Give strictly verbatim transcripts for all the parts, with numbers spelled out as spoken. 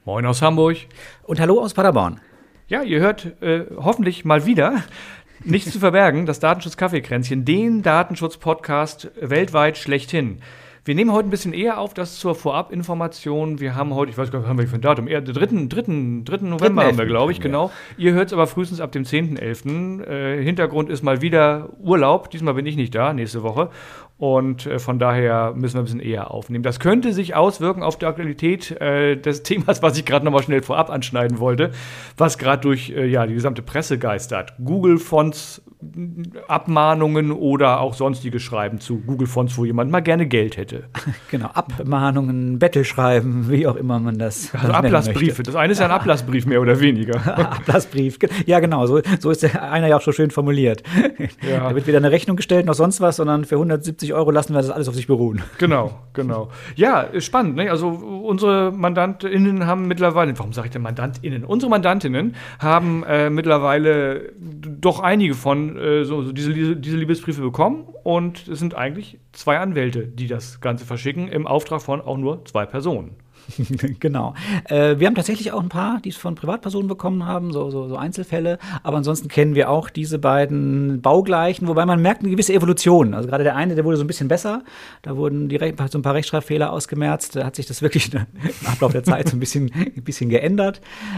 Moin aus Hamburg. Und hallo aus Paderborn. Ja, ihr hört äh, hoffentlich mal wieder, nichts zu verbergen, das Datenschutz-Kaffeekränzchen, den Datenschutz-Podcast weltweit schlechthin. Wir nehmen heute ein bisschen eher auf, das zur Vorabinformation. Wir haben heute, ich weiß gar nicht, haben wir für ein Datum? Eher dritten, dritten, dritten November haben wir, glaube ich, genau. Ihr hört es aber frühestens ab dem zehnten elften Äh, Hintergrund ist mal wieder Urlaub. Diesmal bin ich nicht da, nächste Woche. Und äh, von daher müssen wir ein bisschen eher aufnehmen. Das könnte sich auswirken auf die Aktualität äh, des Themas, was ich gerade noch mal schnell vorab anschneiden wollte, was gerade durch äh, ja, die gesamte Presse geistert. Google-Fonts, Abmahnungen oder auch sonstige Schreiben zu Google-Fonts, wo jemand mal gerne Geld hätte. Genau, Abmahnungen, Bettelschreiben, wie auch immer man das Also Ablassbriefe, das eine ist ja ein Ablassbrief mehr oder weniger. Ablassbrief, ja genau, so, so ist der einer ja auch schon schön formuliert. Ja. Da wird weder eine Rechnung gestellt noch sonst was, sondern für hundertsiebzig Euro lassen wir das alles auf sich beruhen. Genau, genau. Ja, spannend, ne? Also unsere MandantInnen haben mittlerweile, warum sage ich denn MandantInnen? Unsere MandantInnen haben äh, mittlerweile doch einige von äh, so, so diese, diese Liebesbriefe bekommen und es sind eigentlich zwei Anwälte, die das Ganze verschicken, im Auftrag von auch nur zwei Personen. Genau. Äh, wir haben tatsächlich auch ein paar, die es von Privatpersonen bekommen haben, so, so, so Einzelfälle. Aber ansonsten kennen wir auch diese beiden Baugleichen, wobei man merkt eine gewisse Evolution. Also gerade der eine, der wurde so ein bisschen besser. Da wurden direkt so ein paar Rechtschreibfehler ausgemerzt. Da hat sich das wirklich im Ablauf der Zeit so ein bisschen, ein bisschen geändert.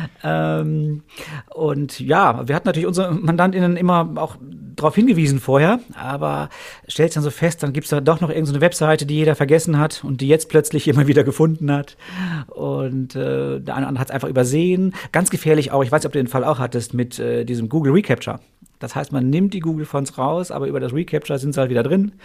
Ähm, und ja, wir hatten natürlich unsere MandantInnen immer auch darauf hingewiesen vorher, aber stellt dann so fest, dann gibt es da doch noch irgendeine Webseite, die jeder vergessen hat und die jetzt plötzlich immer wieder gefunden hat. Und äh, der eine oder andere hat es einfach übersehen. Ganz gefährlich auch, ich weiß nicht, ob du den Fall auch hattest, mit äh, diesem Google Recapture. Das heißt, man nimmt die Google-Fonts raus, aber über das Recapture sind sie halt wieder drin.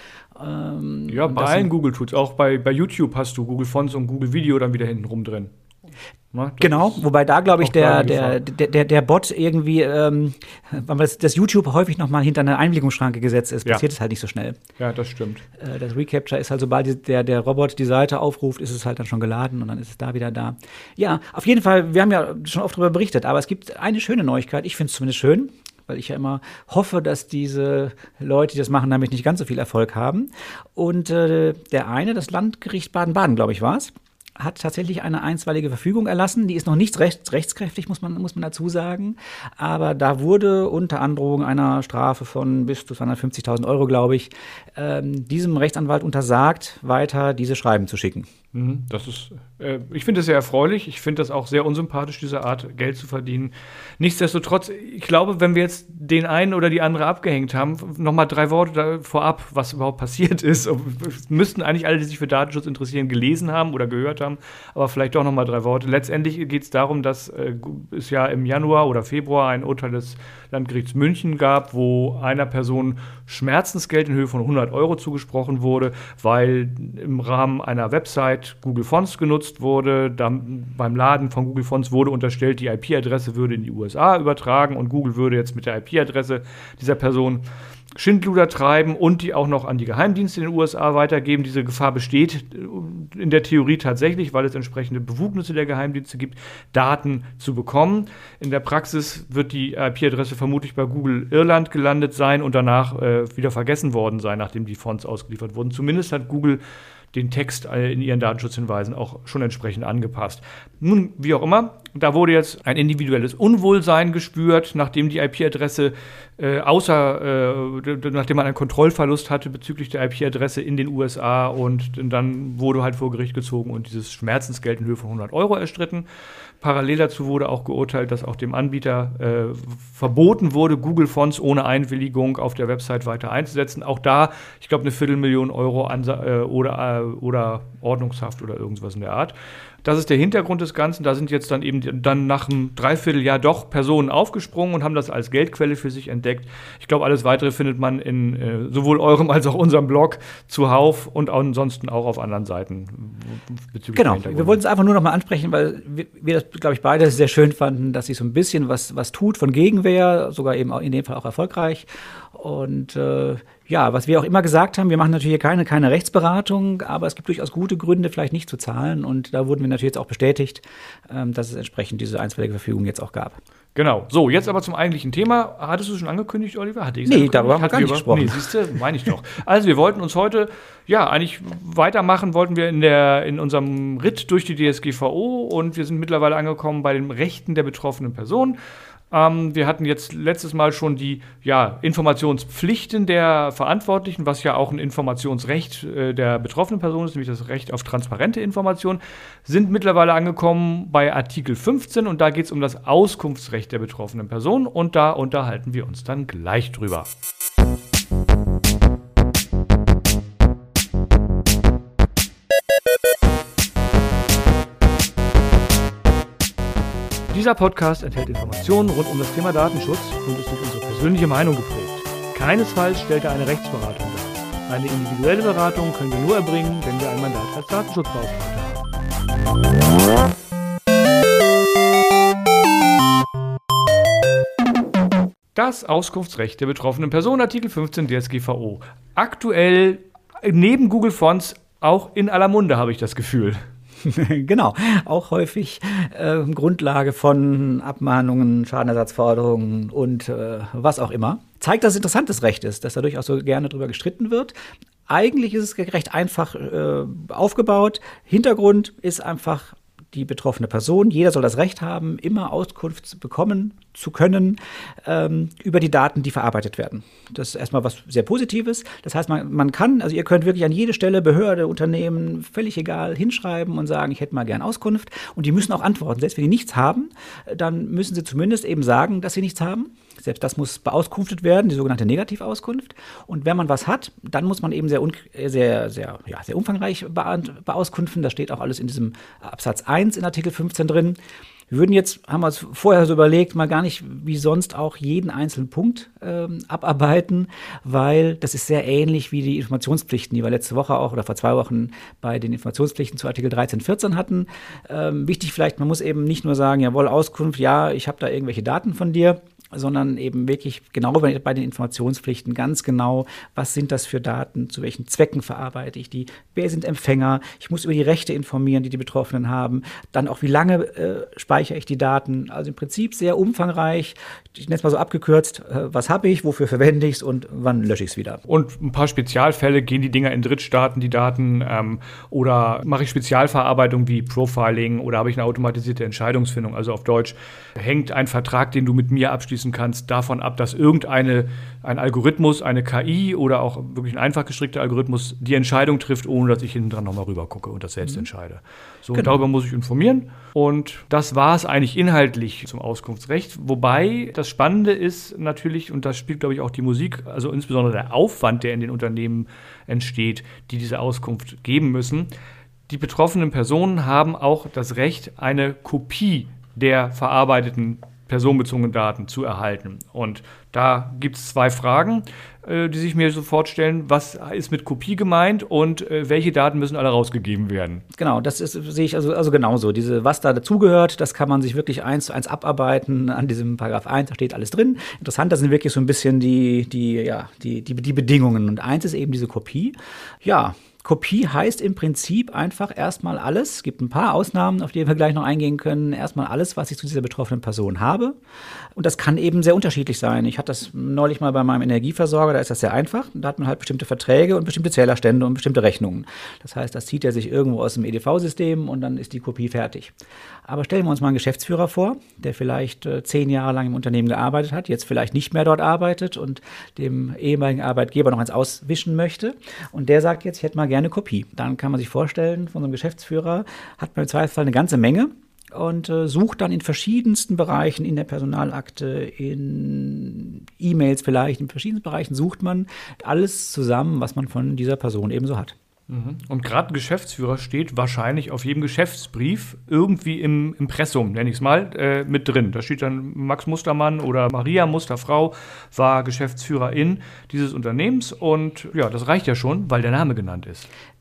Ähm, ja, bei allen Google-Tools. Auch bei, bei YouTube hast du Google-Fonts und Google-Video dann wieder hinten rum drin. Na, genau, wobei da, glaube ich, der, der, der, der Bot irgendwie, ähm, weil das, das YouTube häufig noch mal hinter einer Einwilligungsschranke gesetzt ist, passiert ja. es halt nicht so schnell. Ja, das stimmt. Äh, das Recapture ist halt, sobald der, der Robot die Seite aufruft, ist es halt dann schon geladen und dann ist es da wieder da. Ja, auf jeden Fall, wir haben ja schon oft darüber berichtet, aber es gibt eine schöne Neuigkeit, ich finde es zumindest schön, weil ich ja immer hoffe, dass diese Leute, die das machen, damit nicht ganz so viel Erfolg haben. Und äh, der eine, das Landgericht Baden-Baden, glaube ich, war es, hat tatsächlich eine einstweilige Verfügung erlassen. Die ist noch nicht rechts, rechtskräftig, muss man, muss man dazu sagen. Aber da wurde unter Androhung einer Strafe von bis zu zweihundertfünfzigtausend Euro, glaube ich, ähm, diesem Rechtsanwalt untersagt, weiter diese Schreiben zu schicken. Das ist, äh, ich finde es sehr erfreulich. Ich finde das auch sehr unsympathisch, diese Art Geld zu verdienen. Nichtsdestotrotz, ich glaube, wenn wir jetzt den einen oder die andere abgehängt haben, noch mal drei Worte da vorab, was überhaupt passiert ist. Müssten eigentlich alle, die sich für Datenschutz interessieren, gelesen haben oder gehört haben. Aber vielleicht doch noch mal drei Worte. Letztendlich geht es darum, dass äh, es ja im Januar oder Februar ein Urteil des Landgerichts München gab, wo einer Person Schmerzensgeld in Höhe von hundert Euro zugesprochen wurde, weil im Rahmen einer Website Google Fonts genutzt wurde. Dann beim Laden von Google Fonts wurde unterstellt, die I P-Adresse würde in die U S A übertragen und Google würde jetzt mit der I P-Adresse dieser Person Schindluder treiben und die auch noch an die Geheimdienste in den U S A weitergeben. Diese Gefahr besteht in der Theorie tatsächlich, weil es entsprechende Befugnisse der Geheimdienste gibt, Daten zu bekommen. In der Praxis wird die I P-Adresse vermutlich bei Google Irland gelandet sein und danach äh, wieder vergessen worden sein, nachdem die Fonts ausgeliefert wurden. Zumindest hat Google den Text in ihren Datenschutzhinweisen auch schon entsprechend angepasst. Nun, wie auch immer, da wurde jetzt ein individuelles Unwohlsein gespürt, nachdem die I P-Adresse äh, außer, äh, nachdem man einen Kontrollverlust hatte bezüglich der I P-Adresse in den U S A und dann wurde halt vor Gericht gezogen und dieses Schmerzensgeld in Höhe von hundert Euro erstritten. Parallel dazu wurde auch geurteilt, dass auch dem Anbieter äh, verboten wurde, Google Fonts ohne Einwilligung auf der Website weiter einzusetzen. Auch da, ich glaube, eine Viertelmillion Euro Ansa- äh, oder, äh, oder Ordnungshaft oder irgendwas in der Art. Das ist der Hintergrund des Ganzen. Da sind jetzt dann eben dann nach einem Dreivierteljahr doch Personen aufgesprungen und haben das als Geldquelle für sich entdeckt. Ich glaube, alles Weitere findet man in äh, sowohl eurem als auch unserem Blog zuhauf und ansonsten auch auf anderen Seiten. Genau, wir wollten es einfach nur noch mal ansprechen, weil wir, wir das, glaube ich, beide sehr schön fanden, dass sich so ein bisschen was, was tut von Gegenwehr, sogar eben auch in dem Fall auch erfolgreich. Und äh, ja, was wir auch immer gesagt haben, wir machen natürlich hier keine, keine Rechtsberatung, aber es gibt durchaus gute Gründe, vielleicht nicht zu zahlen. Und da wurden wir natürlich jetzt auch bestätigt, ähm, dass es entsprechend diese einstweilige Verfügung jetzt auch gab. Genau. So, jetzt aber zum eigentlichen Thema. Hattest du schon angekündigt, Oliver? Hatte ich nee, darüber haben wir gar nicht gesprochen. Nee, siehst du, meine ich doch. Also wir wollten uns heute, ja, eigentlich weitermachen wollten wir in, der, in unserem Ritt durch die D S G V O und wir sind mittlerweile angekommen bei den Rechten der betroffenen Person. Ähm, wir hatten jetzt letztes Mal schon die ja, Informationspflichten der Verantwortlichen, was ja auch ein Informationsrecht äh, der betroffenen Person ist, nämlich das Recht auf transparente Information, sind mittlerweile angekommen bei Artikel fünfzehn und da geht es um das Auskunftsrecht der betroffenen Person und da unterhalten wir uns dann gleich drüber. Dieser Podcast enthält Informationen rund um das Thema Datenschutz und ist durch unsere persönliche Meinung geprägt. Keinesfalls stellt er eine Rechtsberatung dar. Eine individuelle Beratung können wir nur erbringen, wenn wir ein Mandat als Datenschutzbeauftragter haben. Das Auskunftsrecht der betroffenen Person, Artikel fünfzehn D S G V O. Aktuell neben Google Fonts auch in aller Munde, habe ich das Gefühl. Genau, auch häufig äh, Grundlage von Abmahnungen, Schadenersatzforderungen und äh, was auch immer. Zeigt, dass es interessantes Recht ist, dass da durchaus so gerne drüber gestritten wird. Eigentlich ist es recht einfach äh, aufgebaut. Hintergrund ist einfach die betroffene Person. Jeder soll das Recht haben, immer Auskunft bekommen zu können ähm, über die Daten, die verarbeitet werden. Das ist erstmal was sehr Positives. Das heißt, man, man kann, also ihr könnt wirklich an jede Stelle, Behörde, Unternehmen, völlig egal, hinschreiben und sagen, ich hätte mal gern Auskunft. Und die müssen auch antworten. Selbst wenn die nichts haben, dann müssen sie zumindest eben sagen, dass sie nichts haben. Selbst das muss beauskunftet werden, die sogenannte Negativauskunft. Und wenn man was hat, dann muss man eben sehr, sehr, sehr, ja, sehr umfangreich beauskunften. Das steht auch alles in diesem Absatz eins in Artikel fünfzehn drin. Wir würden jetzt, haben wir uns vorher so überlegt, mal gar nicht wie sonst auch jeden einzelnen Punkt ähm, abarbeiten, weil das ist sehr ähnlich wie die Informationspflichten, die wir letzte Woche auch oder vor zwei Wochen bei den Informationspflichten zu Artikel dreizehn, vierzehn hatten. Ähm, wichtig vielleicht, man muss eben nicht nur sagen, jawohl, Auskunft, ja, ich habe da irgendwelche Daten von dir, sondern eben wirklich genau bei den Informationspflichten ganz genau, was sind das für Daten, zu welchen Zwecken verarbeite ich die, wer sind Empfänger, ich muss über die Rechte informieren, die die Betroffenen haben, dann auch wie lange äh, speichere ich die Daten, also im Prinzip sehr umfangreich, ich nenne es mal so abgekürzt, äh, was habe ich, wofür verwende ich es und wann lösche ich es wieder. Und ein paar Spezialfälle, gehen die Dinger in Drittstaaten, die Daten, ähm, oder mache ich Spezialverarbeitung wie Profiling oder habe ich eine automatisierte Entscheidungsfindung, also auf Deutsch, hängt ein Vertrag, den du mit mir abschließen kannst, davon ab, dass irgendeine ein Algorithmus, eine K I oder auch wirklich ein einfach gestrickter Algorithmus die Entscheidung trifft, ohne dass ich hinten dran nochmal rüber gucke und das selbst mhm. entscheide. So, genau. Darüber muss ich informieren. Und das war es eigentlich inhaltlich zum Auskunftsrecht. Wobei das Spannende ist natürlich, und das spielt, glaube ich, auch die Musik, also insbesondere der Aufwand, der in den Unternehmen entsteht, die diese Auskunft geben müssen. Die betroffenen Personen haben auch das Recht, eine Kopie der verarbeiteten personenbezogenen Daten zu erhalten. Und da gibt es zwei Fragen, äh, die sich mir sofort stellen. Was ist mit Kopie gemeint und äh, welche Daten müssen alle rausgegeben werden? Genau, das ist, sehe ich also, also genauso. Diese, was da dazugehört, das kann man sich wirklich eins zu eins abarbeiten an diesem Paragraph eins, da steht alles drin. Interessant, das sind wirklich so ein bisschen die, die, ja, die, die, die Bedingungen. Und eins ist eben diese Kopie. Ja, Kopie heißt im Prinzip einfach erstmal alles, es gibt ein paar Ausnahmen, auf die wir gleich noch eingehen können, erstmal alles, was ich zu dieser betroffenen Person habe. Und das kann eben sehr unterschiedlich sein. Ich hatte das neulich mal bei meinem Energieversorger, da ist das sehr einfach. Da hat man halt bestimmte Verträge und bestimmte Zählerstände und bestimmte Rechnungen. Das heißt, das zieht er sich irgendwo aus dem E D V-System und dann ist die Kopie fertig. Aber stellen wir uns mal einen Geschäftsführer vor, der vielleicht äh, zehn Jahre lang im Unternehmen gearbeitet hat, jetzt vielleicht nicht mehr dort arbeitet und dem ehemaligen Arbeitgeber noch eins auswischen möchte. Und der sagt jetzt, ich hätte mal gerne eine Kopie. Dann kann man sich vorstellen, von so einem Geschäftsführer hat man im Zweifelsfall eine ganze Menge und äh, sucht dann in verschiedensten Bereichen, in der Personalakte, in E-Mails vielleicht, in verschiedenen Bereichen sucht man alles zusammen, was man von dieser Person eben so hat. Und gerade ein Geschäftsführer steht wahrscheinlich auf jedem Geschäftsbrief irgendwie im Impressum, nenne ich es mal, äh, mit drin. Da steht dann Max Mustermann oder Maria Musterfrau war Geschäftsführerin dieses Unternehmens und ja, das reicht ja schon, weil der Name genannt ist.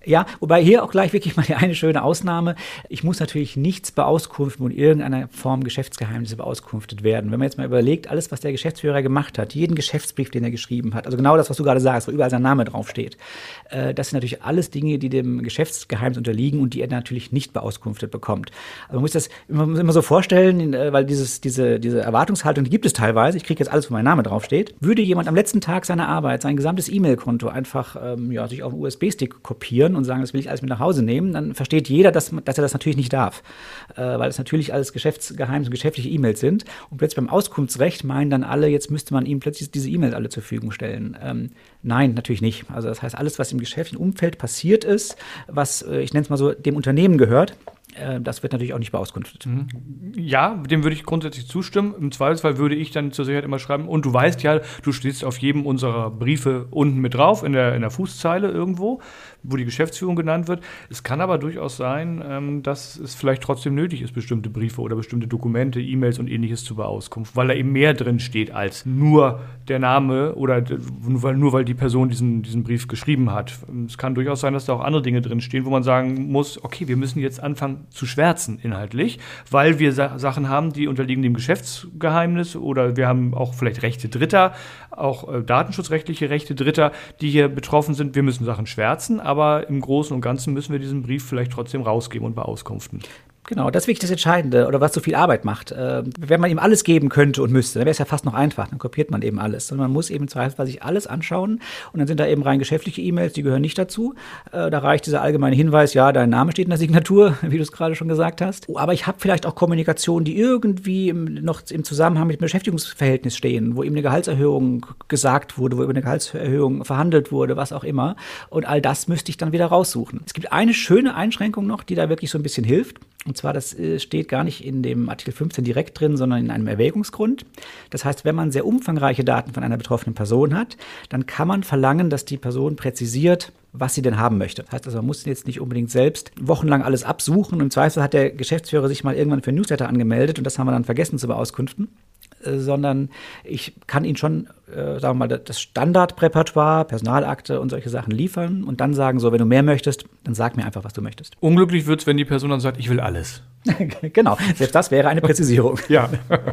Ja, wobei hier auch gleich wirklich mal eine schöne Ausnahme. Ich muss natürlich nichts beauskunften, wo in irgendeiner Form Geschäftsgeheimnisse beauskunftet werden. Wenn man jetzt mal überlegt, alles, was der Geschäftsführer gemacht hat, jeden Geschäftsbrief, den er geschrieben hat, also genau das, was du gerade sagst, wo überall sein Name draufsteht, äh, das sind natürlich alles Dinge, die dem Geschäftsgeheimnis unterliegen und die er natürlich nicht beauskunftet bekommt. Also man muss das immer, immer so vorstellen, äh, weil dieses, diese, diese Erwartungshaltung, die gibt es teilweise, ich kriege jetzt alles, wo mein Name draufsteht. Würde jemand am letzten Tag seiner Arbeit sein gesamtes E-Mail-Konto einfach ähm, ja, sich auf einen U S B-Stick kopieren und sagen, das will ich alles mit nach Hause nehmen, dann versteht jeder, dass, dass er das natürlich nicht darf. Äh, weil es natürlich alles Geschäftsgeheimnisse und geschäftliche E-Mails sind. Und plötzlich beim Auskunftsrecht meinen dann alle, jetzt müsste man ihm plötzlich diese E-Mails alle zur Verfügung stellen. Ähm, nein, natürlich nicht. Also das heißt, alles, was im geschäftlichen Umfeld passiert ist, was, äh, ich nenne es mal so, dem Unternehmen gehört, das wird natürlich auch nicht beauskunftet. Ja, dem würde ich grundsätzlich zustimmen. Im Zweifelsfall würde ich dann zur Sicherheit immer schreiben, und du weißt ja, du stehst auf jedem unserer Briefe unten mit drauf, in der, in der Fußzeile irgendwo, wo die Geschäftsführung genannt wird. Es kann aber durchaus sein, dass es vielleicht trotzdem nötig ist, bestimmte Briefe oder bestimmte Dokumente, E-Mails und Ähnliches zu beauskunften, weil da eben mehr drin steht als nur der Name oder nur weil, nur weil die Person diesen, diesen Brief geschrieben hat. Es kann durchaus sein, dass da auch andere Dinge drin stehen, wo man sagen muss, okay, wir müssen jetzt anfangen zu schwärzen inhaltlich, weil wir Sa- Sachen haben, die unterliegen dem Geschäftsgeheimnis oder wir haben auch vielleicht Rechte Dritter, auch äh, datenschutzrechtliche Rechte Dritter, die hier betroffen sind. Wir müssen Sachen schwärzen, aber im Großen und Ganzen müssen wir diesen Brief vielleicht trotzdem rausgeben und beauskunften. Genau, das ist wirklich das Entscheidende oder was so viel Arbeit macht. Äh, wenn man ihm alles geben könnte und müsste, dann wäre es ja fast noch einfach, dann kopiert man eben alles. Sondern man muss eben im Zweifelsfall sich alles anschauen und dann sind da eben rein geschäftliche E-Mails, die gehören nicht dazu. Äh, da reicht dieser allgemeine Hinweis, ja, dein Name steht in der Signatur, wie du es gerade schon gesagt hast. Aber ich habe vielleicht auch Kommunikation, die irgendwie im, noch im Zusammenhang mit dem Beschäftigungsverhältnis stehen, wo eben eine Gehaltserhöhung gesagt wurde, wo über eine Gehaltserhöhung verhandelt wurde, was auch immer. Und all das müsste ich dann wieder raussuchen. Es gibt eine schöne Einschränkung noch, die da wirklich so ein bisschen hilft. Und zwar, das steht gar nicht in dem Artikel fünfzehn direkt drin, sondern in einem Erwägungsgrund. Das heißt, wenn man sehr umfangreiche Daten von einer betroffenen Person hat, dann kann man verlangen, dass die Person präzisiert, was sie denn haben möchte. Das heißt also, man muss jetzt nicht unbedingt selbst wochenlang alles absuchen. Und im Zweifel hat der Geschäftsführer sich mal irgendwann für ein Newsletter angemeldet und das haben wir dann vergessen zu beauskunften. Sondern ich kann Ihnen schon, äh, sagen wir mal, das Standardrepertoire, Personalakte und solche Sachen liefern und dann sagen, so, wenn du mehr möchtest, dann sag mir einfach, was du möchtest. Unglücklich wird es, wenn die Person dann sagt, ich will alles. Genau, selbst das wäre eine Präzisierung. Ja.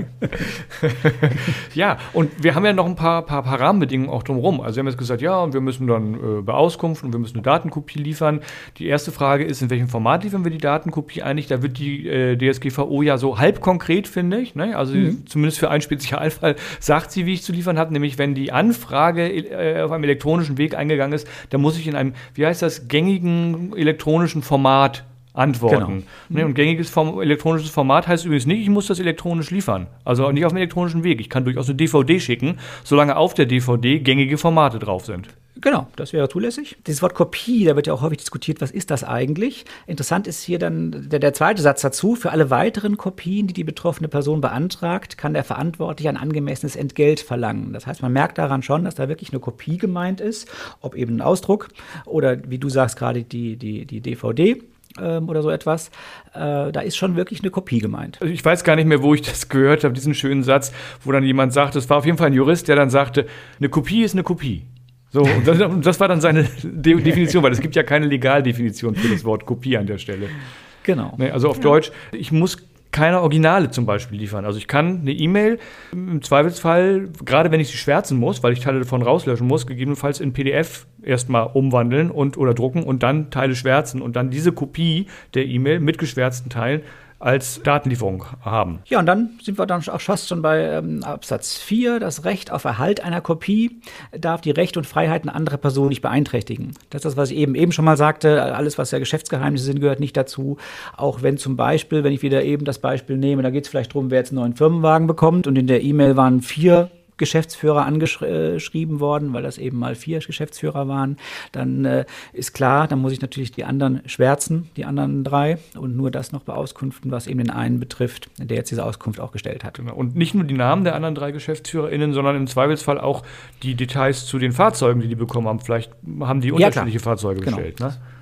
Ja, und wir haben ja noch ein paar, paar, paar Rahmenbedingungen auch drumherum. Also wir haben jetzt gesagt, ja, wir müssen dann äh, beauskunften und wir müssen eine Datenkopie liefern. Die erste Frage ist, in welchem Format liefern wir die Datenkopie eigentlich? Da wird die äh, D S G V O ja so halb konkret, finde ich. Ne? Also mhm. zumindest für einen Spezialfall sagt sie, wie ich zu liefern habe. Nämlich, wenn die Anfrage äh, auf einem elektronischen Weg eingegangen ist, dann muss ich in einem, wie heißt das, gängigen elektronischen Format antworten. Genau. Ne, und gängiges Form, elektronisches Format heißt übrigens nicht, ich muss das elektronisch liefern. Also nicht auf dem elektronischen Weg. Ich kann durchaus eine D V D schicken, solange auf der D V D gängige Formate drauf sind. Genau, das wäre zulässig. Dieses Wort Kopie, da wird ja auch häufig diskutiert, was ist das eigentlich? Interessant ist hier dann der, der zweite Satz dazu. Für alle weiteren Kopien, die die betroffene Person beantragt, kann der Verantwortliche ein angemessenes Entgelt verlangen. Das heißt, man merkt daran schon, dass da wirklich eine Kopie gemeint ist, ob eben ein Ausdruck oder wie du sagst gerade die, die, die D V D. Oder so etwas, äh, da ist schon wirklich eine Kopie gemeint. Also ich weiß gar nicht mehr, wo ich das gehört habe, diesen schönen Satz, wo dann jemand sagte, es war auf jeden Fall ein Jurist, der dann sagte, eine Kopie ist eine Kopie. So, und das, und das war dann seine De- Definition, weil es gibt ja keine Legaldefinition für das Wort Kopie an der Stelle. Genau. Nee, also auf ja. Deutsch, ich muss keine Originale zum Beispiel liefern. Also ich kann eine E-Mail im Zweifelsfall, gerade wenn ich sie schwärzen muss, weil ich Teile davon rauslöschen muss, gegebenenfalls in P D F erstmal umwandeln und oder drucken und dann Teile schwärzen und dann diese Kopie der E-Mail mit geschwärzten Teilen als Datenlieferung haben. Ja, und dann sind wir dann auch fast schon bei ähm, Absatz vier. Das Recht auf Erhalt einer Kopie darf die Rechte und Freiheiten anderer Personen nicht beeinträchtigen. Das ist das, was ich eben, eben schon mal sagte. Alles, was ja Geschäftsgeheimnisse sind, gehört nicht dazu. Auch wenn zum Beispiel, wenn ich wieder eben das Beispiel nehme, da geht es vielleicht darum, wer jetzt einen neuen Firmenwagen bekommt und in der E-Mail waren vier Geschäftsführer angeschrieben worden, weil das eben mal vier Geschäftsführer waren, dann äh, ist klar, dann muss ich natürlich die anderen schwärzen, die anderen drei, und nur das noch beauskunften, was eben den einen betrifft, der jetzt diese Auskunft auch gestellt hat. Genau. Und nicht nur die Namen der anderen drei GeschäftsführerInnen, sondern im Zweifelsfall auch die Details zu den Fahrzeugen, die die bekommen haben. Vielleicht haben die unterschiedliche ja, Fahrzeuge genau. bestellt. Ne?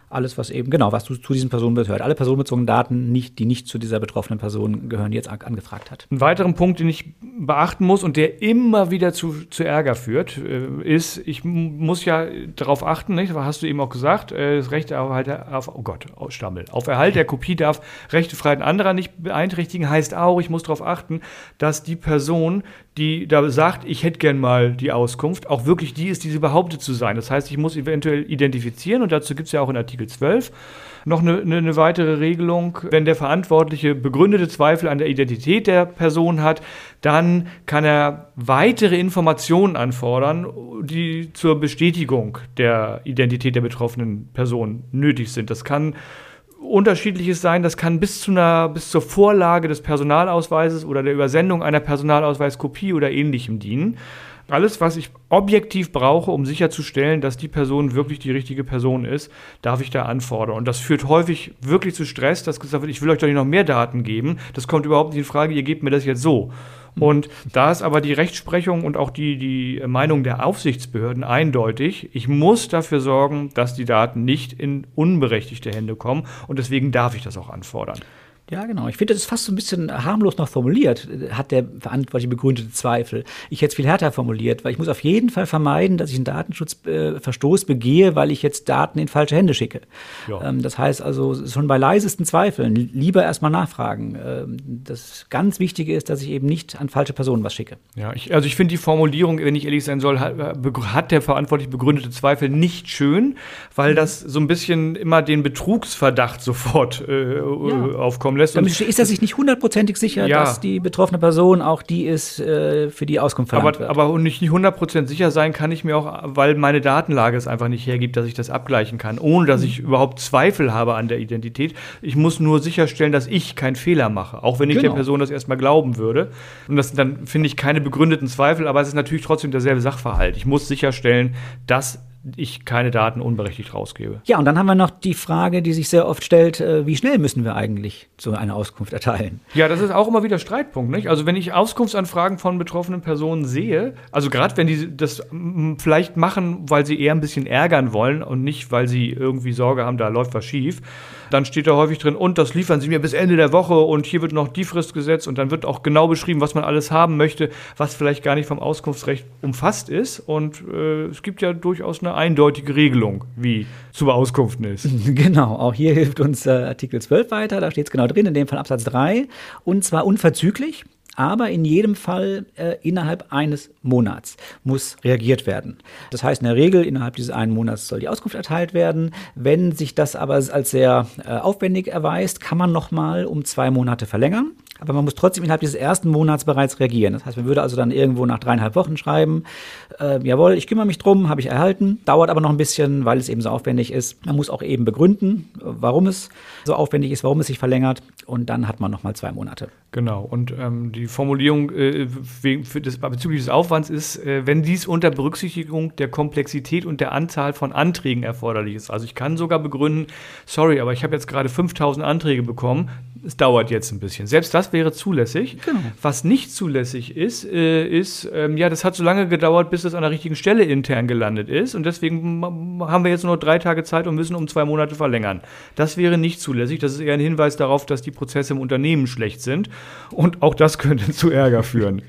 alles, was eben, genau, was zu, zu diesen Personen gehört. Alle personenbezogenen Daten, nicht, die nicht zu dieser betroffenen Person gehören, die jetzt an, angefragt hat. Ein weiterer Punkt, den ich beachten muss und der immer wieder zu, zu Ärger führt, äh, ist, ich m- muss ja darauf achten, nicht? Was hast du eben auch gesagt, äh, das Recht auf, auf, oh Gott, oh, Stammel, auf Erhalt der Kopie darf Rechte, Freiheiten anderer nicht beeinträchtigen, heißt auch, ich muss darauf achten, dass die Person, die da sagt, ich hätte gern mal die Auskunft, auch wirklich die ist, die sie behauptet zu sein. Das heißt, ich muss eventuell identifizieren und dazu gibt es ja auch in Artikel zwölf noch eine, eine, eine weitere Regelung. Wenn der Verantwortliche begründete Zweifel an der Identität der Person hat, dann kann er weitere Informationen anfordern, die zur Bestätigung der Identität der betroffenen Person nötig sind. Das kann Unterschiedliches sein, das kann bis zu einer, bis zur Vorlage des Personalausweises oder der Übersendung einer Personalausweiskopie oder Ähnlichem dienen. Alles, was ich objektiv brauche, um sicherzustellen, dass die Person wirklich die richtige Person ist, darf ich da anfordern. Und das führt häufig wirklich zu Stress, dass gesagt wird, ich will euch doch nicht noch mehr Daten geben. Das kommt überhaupt nicht in Frage, ihr gebt mir das jetzt so. Und da ist aber die Rechtsprechung und auch die, die Meinung der Aufsichtsbehörden eindeutig. Ich muss dafür sorgen, dass die Daten nicht in unberechtigte Hände kommen. Und deswegen darf ich das auch anfordern. Ja, genau. Ich finde, das ist fast so ein bisschen harmlos noch formuliert, hat der Verantwortliche begründete Zweifel. Ich hätte es viel härter formuliert, weil ich muss auf jeden Fall vermeiden, dass ich einen Datenschutzverstoß begehe, weil ich jetzt Daten in falsche Hände schicke. Ja. Ähm, das heißt also, schon bei leisesten Zweifeln lieber erstmal nachfragen. Ähm, das ganz Wichtige ist, dass ich eben nicht an falsche Personen was schicke. Ja, ich, also ich finde die Formulierung, wenn ich ehrlich sein soll, hat, hat der Verantwortliche begründete Zweifel nicht schön, weil das so ein bisschen immer den Betrugsverdacht sofort äh, ja. aufkommt. Lässt. Damit ist er sich nicht hundertprozentig sicher, ja. dass die betroffene Person auch die ist, äh, für die Auskunft verlangt aber, wird. Aber nicht hundertprozentig sicher sein kann ich mir auch, weil meine Datenlage es einfach nicht hergibt, dass ich das abgleichen kann, ohne dass ich überhaupt Zweifel habe an der Identität. Ich muss nur sicherstellen, dass ich keinen Fehler mache, auch wenn ich genau. der Person das erstmal glauben würde. Und das dann finde ich keine begründeten Zweifel, aber es ist natürlich trotzdem derselbe Sachverhalt. Ich muss sicherstellen, dass ich keine Daten unberechtigt rausgebe. Ja, und dann haben wir noch die Frage, die sich sehr oft stellt, äh, wie schnell müssen wir eigentlich so eine Auskunft erteilen? Ja, das ist auch immer wieder Streitpunkt, nicht? Also wenn ich Auskunftsanfragen von betroffenen Personen sehe, also gerade wenn die das m, vielleicht machen, weil sie eher ein bisschen ärgern wollen und nicht, weil sie irgendwie Sorge haben, da läuft was schief, dann steht da häufig drin, und das liefern Sie mir bis Ende der Woche und hier wird noch die Frist gesetzt und dann wird auch genau beschrieben, was man alles haben möchte, was vielleicht gar nicht vom Auskunftsrecht umfasst ist. Und äh, es gibt ja durchaus eine eindeutige Regelung, wie zu beauskunften ist. Genau, auch hier hilft uns äh, Artikel zwölf weiter, da steht es genau drin, in dem Fall Absatz drei, und zwar unverzüglich. Aber in jedem Fall äh, innerhalb eines Monats muss reagiert werden. Das heißt, in der Regel innerhalb dieses einen Monats soll die Auskunft erteilt werden. Wenn sich das aber als sehr äh, aufwendig erweist, kann man nochmal um zwei Monate verlängern. Aber man muss trotzdem innerhalb dieses ersten Monats bereits reagieren. Das heißt, man würde also dann irgendwo nach dreieinhalb Wochen schreiben, äh, jawohl, ich kümmere mich drum, habe ich erhalten. Dauert aber noch ein bisschen, weil es eben so aufwendig ist. Man muss auch eben begründen, warum es so aufwendig ist, warum es sich verlängert. Und dann hat man nochmal zwei Monate. Genau. Und ähm, die Formulierung äh, für das, bezüglich des Aufwands ist, äh, wenn dies unter Berücksichtigung der Komplexität und der Anzahl von Anträgen erforderlich ist. Also ich kann sogar begründen, sorry, aber ich habe jetzt gerade fünftausend Anträge bekommen, es dauert jetzt ein bisschen. Selbst das wäre zulässig. Genau. Was nicht zulässig ist, äh, ist, ähm, ja, das hat so lange gedauert, bis es an der richtigen Stelle intern gelandet ist und deswegen haben wir jetzt nur drei Tage Zeit und müssen um zwei Monate verlängern. Das wäre nicht zulässig. Das ist eher ein Hinweis darauf, dass die Prozesse im Unternehmen schlecht sind und auch das könnte zu Ärger führen.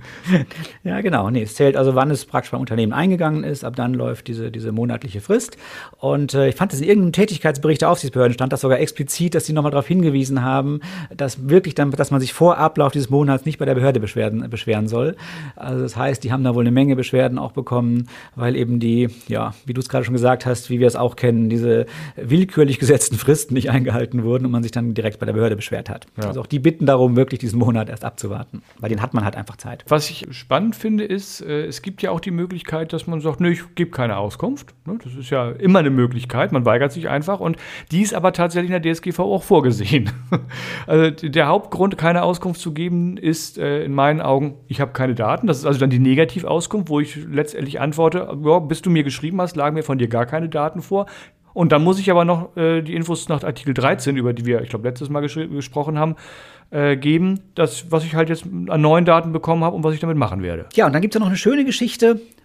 Ja, genau. Nee, es zählt also, wann es praktisch beim Unternehmen eingegangen ist. Ab dann läuft diese, diese monatliche Frist. Und äh, ich fand, dass in irgendeinem Tätigkeitsbericht der Aufsichtsbehörden stand das sogar explizit, dass sie nochmal darauf hingewiesen haben, dass wirklich dann, dass man sich vor Ablauf dieses Monats nicht bei der Behörde beschweren, beschweren soll. Also das heißt, die haben da wohl eine Menge Beschwerden auch bekommen, weil eben die, ja, wie du es gerade schon gesagt hast, wie wir es auch kennen, diese willkürlich gesetzten Fristen nicht eingehalten wurden und man sich dann direkt bei der Behörde beschwert hat. Ja. Also auch die bitten darum, wirklich diesen Monat erst abzuwarten, weil den hat man halt einfach Zeit. Was ich spannend finde, ist, äh, es gibt ja auch die Möglichkeit, dass man sagt, nö, ich gebe keine Auskunft. Ne? Das ist ja immer eine Möglichkeit, man weigert sich einfach und die ist aber tatsächlich in der D S G V auch vorgesehen. Also der Hauptgrund, keine Auskunft zu geben, ist äh, in meinen Augen, ich habe keine Daten. Das ist also dann die Negativauskunft, wo ich letztendlich antworte, ja, bis du mir geschrieben hast, lagen mir von dir gar keine Daten vor. Und dann muss ich aber noch äh, die Infos nach Artikel dreizehn, über die wir, ich glaube, letztes Mal gesch- gesprochen haben, äh, geben, das, was ich halt jetzt an neuen Daten bekommen habe und was ich damit machen werde. Ja, und dann gibt es ja noch eine schöne Geschichte,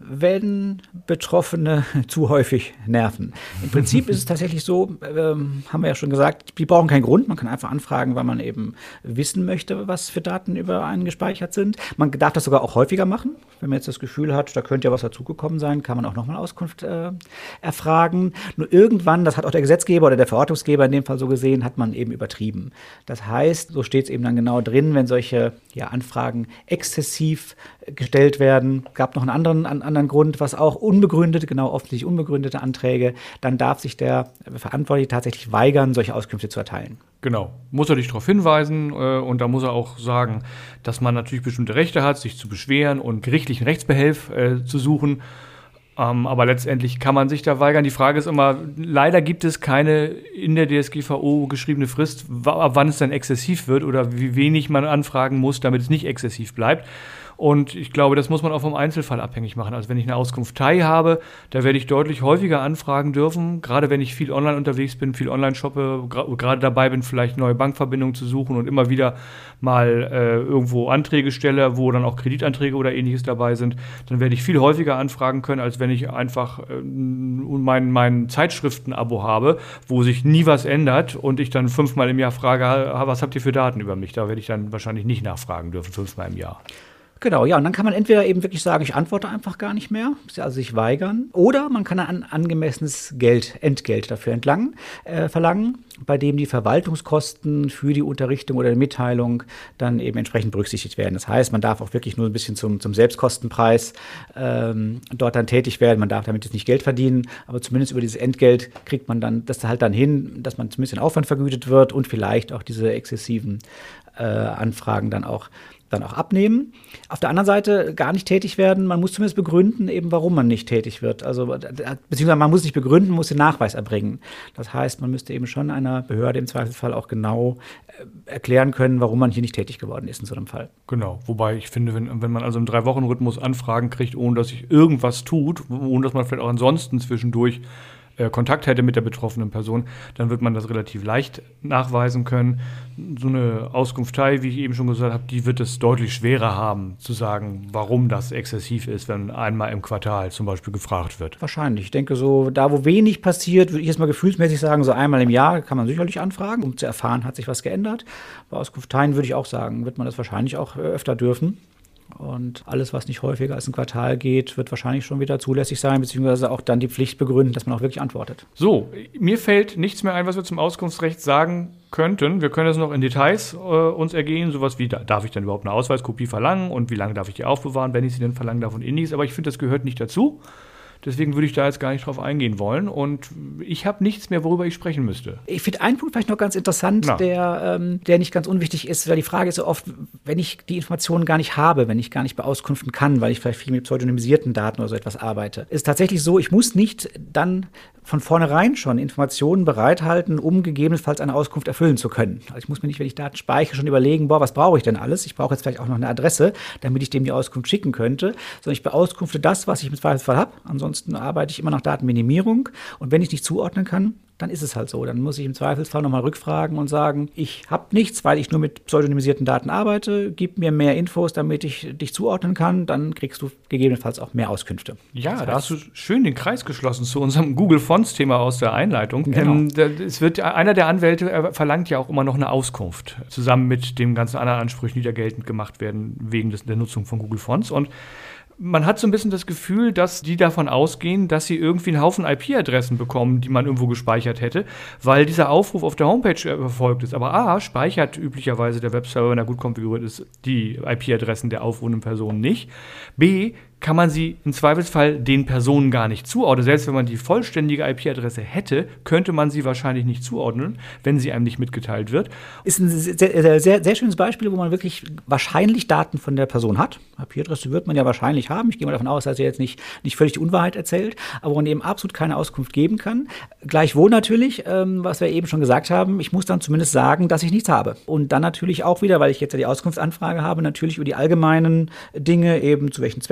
wenn Betroffene zu häufig nerven. Im Prinzip ist es tatsächlich so, ähm, haben wir ja schon gesagt, die brauchen keinen Grund. Man kann einfach anfragen, weil man eben wissen möchte, was für Daten über einen gespeichert sind. Man darf das sogar auch häufiger machen. Wenn man jetzt das Gefühl hat, da könnte ja was dazugekommen sein, kann man auch nochmal Auskunft äh, erfragen. Nur irgendwann, das hat auch der Gesetzgeber oder der Verordnungsgeber in dem Fall so gesehen, hat man eben übertrieben. Das heißt, so steht es eben dann genau drin, wenn solche ja, Anfragen exzessiv gestellt werden, gab noch einen anderen, einen anderen Grund, was auch unbegründete, genau offensichtlich unbegründete Anträge, dann darf sich der Verantwortliche tatsächlich weigern, solche Auskünfte zu erteilen. Genau, muss er dich darauf hinweisen äh, und da muss er auch sagen, dass man natürlich bestimmte Rechte hat, sich zu beschweren und gerichtlichen Rechtsbehelf äh, zu suchen. Ähm, aber letztendlich kann man sich da weigern. Die Frage ist immer, leider gibt es keine in der D S G V O geschriebene Frist, w- ab wann es dann exzessiv wird oder wie wenig man anfragen muss, damit es nicht exzessiv bleibt. Und ich glaube, das muss man auch vom Einzelfall abhängig machen. Also wenn ich eine Auskunftei habe, da werde ich deutlich häufiger anfragen dürfen, gerade wenn ich viel online unterwegs bin, viel online shoppe, gra- gerade dabei bin, vielleicht neue Bankverbindungen zu suchen und immer wieder mal äh, irgendwo Anträge stelle, wo dann auch Kreditanträge oder ähnliches dabei sind, dann werde ich viel häufiger anfragen können, als wenn ich einfach äh, mein, mein Zeitschriften-Abo habe, wo sich nie was ändert und ich dann fünfmal im Jahr frage, was habt ihr für Daten über mich? Da werde ich dann wahrscheinlich nicht nachfragen dürfen, fünfmal im Jahr. Genau, ja, und dann kann man entweder eben wirklich sagen, ich antworte einfach gar nicht mehr, also sich weigern, oder man kann ein angemessenes Geld, Entgelt dafür entlangen, äh, verlangen, bei dem die Verwaltungskosten für die Unterrichtung oder die Mitteilung dann eben entsprechend berücksichtigt werden. Das heißt, man darf auch wirklich nur ein bisschen zum, zum Selbstkostenpreis ähm, dort dann tätig werden. Man darf damit jetzt nicht Geld verdienen, aber zumindest über dieses Entgelt kriegt man dann das halt dann hin, dass man zumindest den Aufwand vergütet wird und vielleicht auch diese exzessiven äh, Anfragen dann auch dann auch abnehmen. Auf der anderen Seite gar nicht tätig werden. Man muss zumindest begründen, eben warum man nicht tätig wird. Also beziehungsweise man muss nicht begründen, muss den Nachweis erbringen. Das heißt, man müsste eben schon einer Behörde im Zweifelsfall auch genau äh, erklären können, warum man hier nicht tätig geworden ist in so einem Fall. Genau, wobei ich finde, wenn, wenn man also im Drei-Wochen-Rhythmus Anfragen kriegt, ohne dass sich irgendwas tut, ohne dass man vielleicht auch ansonsten zwischendurch äh, Kontakt hätte mit der betroffenen Person, dann wird man das relativ leicht nachweisen können. So eine Auskunftei, wie ich eben schon gesagt habe, die wird es deutlich schwerer haben, zu sagen, warum das exzessiv ist, wenn einmal im Quartal zum Beispiel gefragt wird. Wahrscheinlich. Ich denke, so da, wo wenig passiert, würde ich jetzt mal gefühlsmäßig sagen, so einmal im Jahr kann man sicherlich anfragen, um zu erfahren, hat sich was geändert. Bei Auskunfteien würde ich auch sagen, wird man das wahrscheinlich auch öfter dürfen. Und alles, was nicht häufiger als ein Quartal geht, wird wahrscheinlich schon wieder zulässig sein, beziehungsweise auch dann die Pflicht begründen, dass man auch wirklich antwortet. So, mir fällt nichts mehr ein, was wir zum Auskunftsrecht sagen könnten. Wir können das noch in Details äh, uns ergehen, sowas wie, da, darf ich dann überhaupt eine Ausweiskopie verlangen und wie lange darf ich die aufbewahren, wenn ich sie denn verlangen darf und ähnliches. Aber ich finde, das gehört nicht dazu. Deswegen würde ich da jetzt gar nicht drauf eingehen wollen. Und ich habe nichts mehr, worüber ich sprechen müsste. Ich finde einen Punkt vielleicht noch ganz interessant, Na. der, ähm, der nicht ganz unwichtig ist, weil die Frage ist so oft, wenn ich die Informationen gar nicht habe, wenn ich gar nicht beauskunften kann, weil ich vielleicht viel mit pseudonymisierten Daten oder so etwas arbeite, ist tatsächlich so, ich muss nicht dann von vornherein schon Informationen bereithalten, um gegebenenfalls eine Auskunft erfüllen zu können. Also ich muss mir nicht, wenn ich Daten speichere, schon überlegen, boah, was brauche ich denn alles? Ich brauche jetzt vielleicht auch noch eine Adresse, damit ich dem die Auskunft schicken könnte, sondern ich beauskunfte das, was ich im Zweifelsfall habe. Ansonsten arbeite ich immer nach Datenminimierung und wenn ich nicht zuordnen kann, dann ist es halt so. Dann muss ich im Zweifelsfall nochmal rückfragen und sagen, ich habe nichts, weil ich nur mit pseudonymisierten Daten arbeite, gib mir mehr Infos, damit ich dich zuordnen kann, dann kriegst du gegebenenfalls auch mehr Auskünfte. Ja, das heißt, da hast du schön den Kreis geschlossen zu unserem Google Fonts-Thema aus der Einleitung. Genau. Ähm, da, es wird, einer der Anwälte äh, verlangt ja auch immer noch eine Auskunft, zusammen mit den ganzen anderen Ansprüchen, die da geltend gemacht werden, wegen des, der Nutzung von Google Fonts. Und man hat so ein bisschen das Gefühl, dass die davon ausgehen, dass sie irgendwie einen Haufen I P-Adressen bekommen, die man irgendwo gespeichert hätte, weil dieser Aufruf auf der Homepage erfolgt ist. Aber A, speichert üblicherweise der Webserver, wenn er gut konfiguriert ist, die I P-Adressen der aufrufenden Personen nicht. B, kann man sie im Zweifelsfall den Personen gar nicht zuordnen. Selbst wenn man die vollständige I P-Adresse hätte, könnte man sie wahrscheinlich nicht zuordnen, wenn sie einem nicht mitgeteilt wird. Ist ein sehr, sehr, sehr, sehr schönes Beispiel, wo man wirklich wahrscheinlich Daten von der Person hat. I P-Adresse wird man ja wahrscheinlich haben. Ich gehe mal davon aus, dass er jetzt nicht, nicht völlig die Unwahrheit erzählt, aber wo man eben absolut keine Auskunft geben kann. Gleichwohl natürlich, ähm, was wir eben schon gesagt haben, ich muss dann zumindest sagen, dass ich nichts habe. Und dann natürlich auch wieder, weil ich jetzt ja die Auskunftsanfrage habe, natürlich über die allgemeinen Dinge, eben zu welchen Zwecken habe ich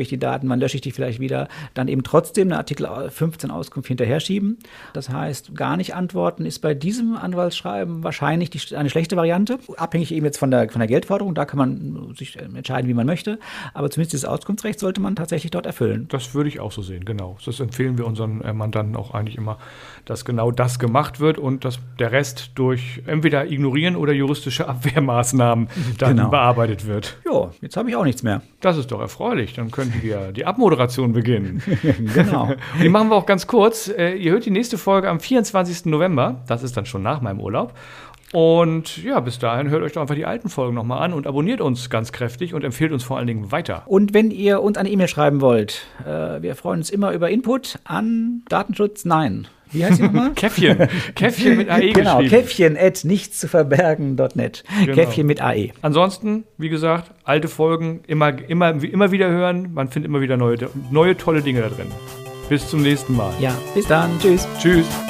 ich die Daten, wann lösche ich die vielleicht wieder, dann eben trotzdem eine Artikel fünfzehn Auskunft hinterher schieben. Das heißt, gar nicht antworten ist bei diesem Anwaltsschreiben wahrscheinlich die, eine schlechte Variante. Abhängig eben jetzt von der, von der Geldforderung, da kann man sich entscheiden, wie man möchte. Aber zumindest dieses Auskunftsrecht sollte man tatsächlich dort erfüllen. Das würde ich auch so sehen, genau. Das empfehlen wir unseren äh, Mandanten auch eigentlich immer, dass genau das gemacht wird und dass der Rest durch entweder ignorieren oder juristische Abwehrmaßnahmen dann Genau. bearbeitet wird. Jo, jetzt habe ich auch nichts mehr. Das ist doch erfreulich. Dann könnten wir die Abmoderation beginnen. Genau. Und die machen wir auch ganz kurz. Äh, ihr hört die nächste Folge am vierundzwanzigsten November. Das ist dann schon nach meinem Urlaub. Und ja, bis dahin hört euch doch einfach die alten Folgen nochmal an und abonniert uns ganz kräftig und empfehlt uns vor allen Dingen weiter. Und wenn ihr uns eine E-Mail schreiben wollt, äh, wir freuen uns immer über Input an Datenschutz, nein. Wie heißt die nochmal? Käffchen. Käffchen mit A E genau, geschrieben. Käffchen at nichtszuverbergen Punkt net. Genau. Käffchen mit A E. Ansonsten, wie gesagt, alte Folgen immer, immer, immer wieder hören. Man findet immer wieder neue, neue tolle Dinge da drin. Bis zum nächsten Mal. Ja, bis dann. Tschüss. Tschüss.